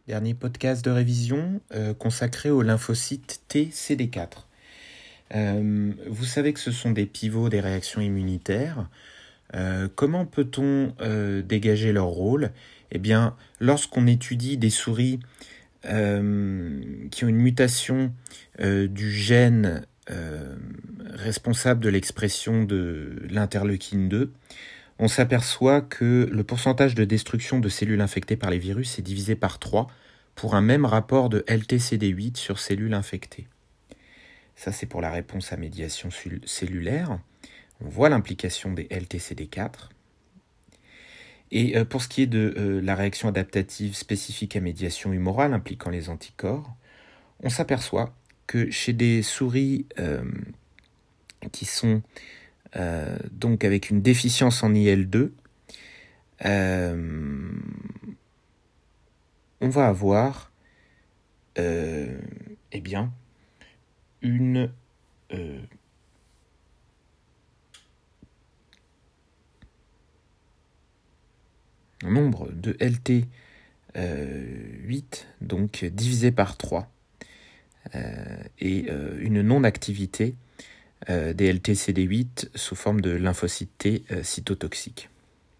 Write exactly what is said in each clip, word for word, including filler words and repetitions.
dernier podcast de révision euh, consacré au lymphocyte T C D quatre. Euh, vous savez que ce sont des pivots des réactions immunitaires. Euh, comment peut-on euh, dégager leur rôle ? Eh bien, lorsqu'on étudie des souris euh, qui ont une mutation euh, du gène euh, responsable de l'expression de l'interleukine deux, on s'aperçoit que le pourcentage de destruction de cellules infectées par les virus est divisé par trois pour un même rapport de L T C D huit sur cellules infectées. Ça, c'est pour la réponse à médiation cellulaire. On voit l'implication des L T C D quatre. Et pour ce qui est de euh, la réaction adaptative spécifique à médiation humorale impliquant les anticorps, on s'aperçoit que chez des souris euh, qui sont euh, donc avec une déficience en I L deux, euh, on va avoir euh, eh bien, une euh, un nombre de L T huit donc divisé par trois euh, et euh, une non-activité euh, des L T C D huit sous forme de lymphocyte T euh, cytotoxique.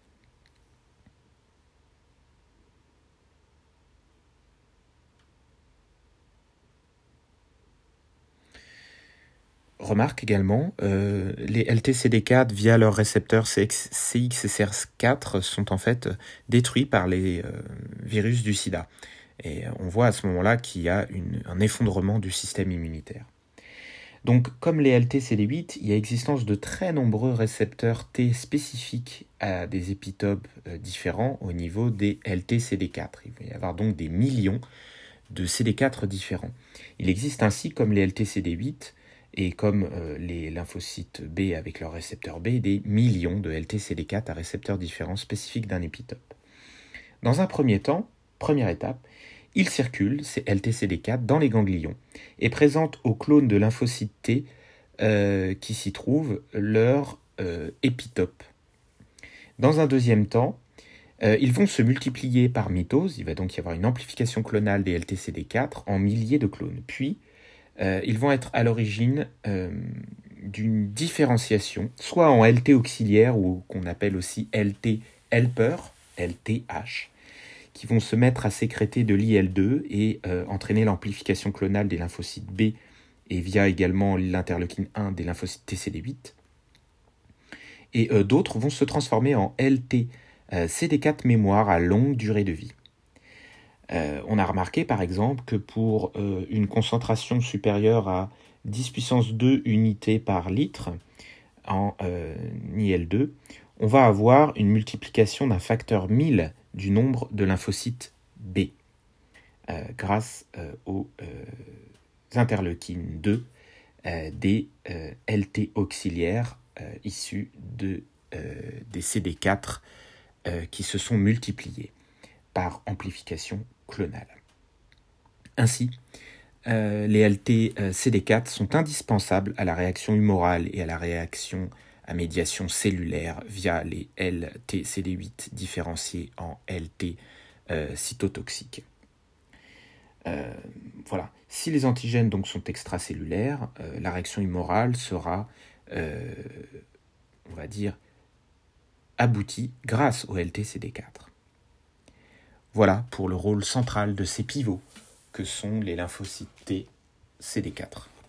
Remarque également, euh, les L T C D quatre via leur récepteur C X S R quatre sont en fait détruits par les euh, virus du sida. Et on voit à ce moment-là qu'il y a une, un effondrement du système immunitaire. Donc, comme les L T C D huit, il y a existence de très nombreux récepteurs T spécifiques à des épitopes euh, différents au niveau des L T C D quatre. Il va y avoir donc des millions de C D quatre différents. Il existe ainsi, comme les L T C D huit, et comme euh, les lymphocytes B avec leur récepteur B, des millions de L T C D quatre à récepteurs différents spécifiques d'un épitope. Dans un premier temps, première étape, ils circulent, ces L T C D quatre, dans les ganglions et présentent aux clones de lymphocytes T euh, qui s'y trouvent leur euh, épitope. Dans un deuxième temps, euh, ils vont se multiplier par mitose, il va donc y avoir une amplification clonale des L T C D quatre en milliers de clones. Puis, Euh, ils vont être à l'origine euh, d'une différenciation, soit en L T auxiliaire ou qu'on appelle aussi L T helper, L T H, qui vont se mettre à sécréter de l'I L deux et euh, entraîner l'amplification clonale des lymphocytes B et via également l'interleukine un des lymphocytes T C D huit. Et euh, d'autres vont se transformer en L T C D quatre mémoire à longue durée de vie. Euh, on a remarqué par exemple que pour euh, une concentration supérieure à dix puissance deux unités par litre en euh, I L deux, on va avoir une multiplication d'un facteur mille du nombre de lymphocytes B euh, grâce euh, aux euh, interleukines deux euh, des euh, L T auxiliaires euh, issus de, euh, des C D quatre euh, qui se sont multipliés par amplification clonale. Ainsi, euh, les L T C D quatre sont indispensables à la réaction humorale et à la réaction à médiation cellulaire via les L T C D huit différenciés en L T euh, cytotoxiques. Euh, voilà. Si les antigènes donc sont extracellulaires, euh, la réaction humorale sera, euh, on va dire, aboutie grâce au L T C D quatre. Voilà pour le rôle central de ces pivots que sont les lymphocytes T C D quatre.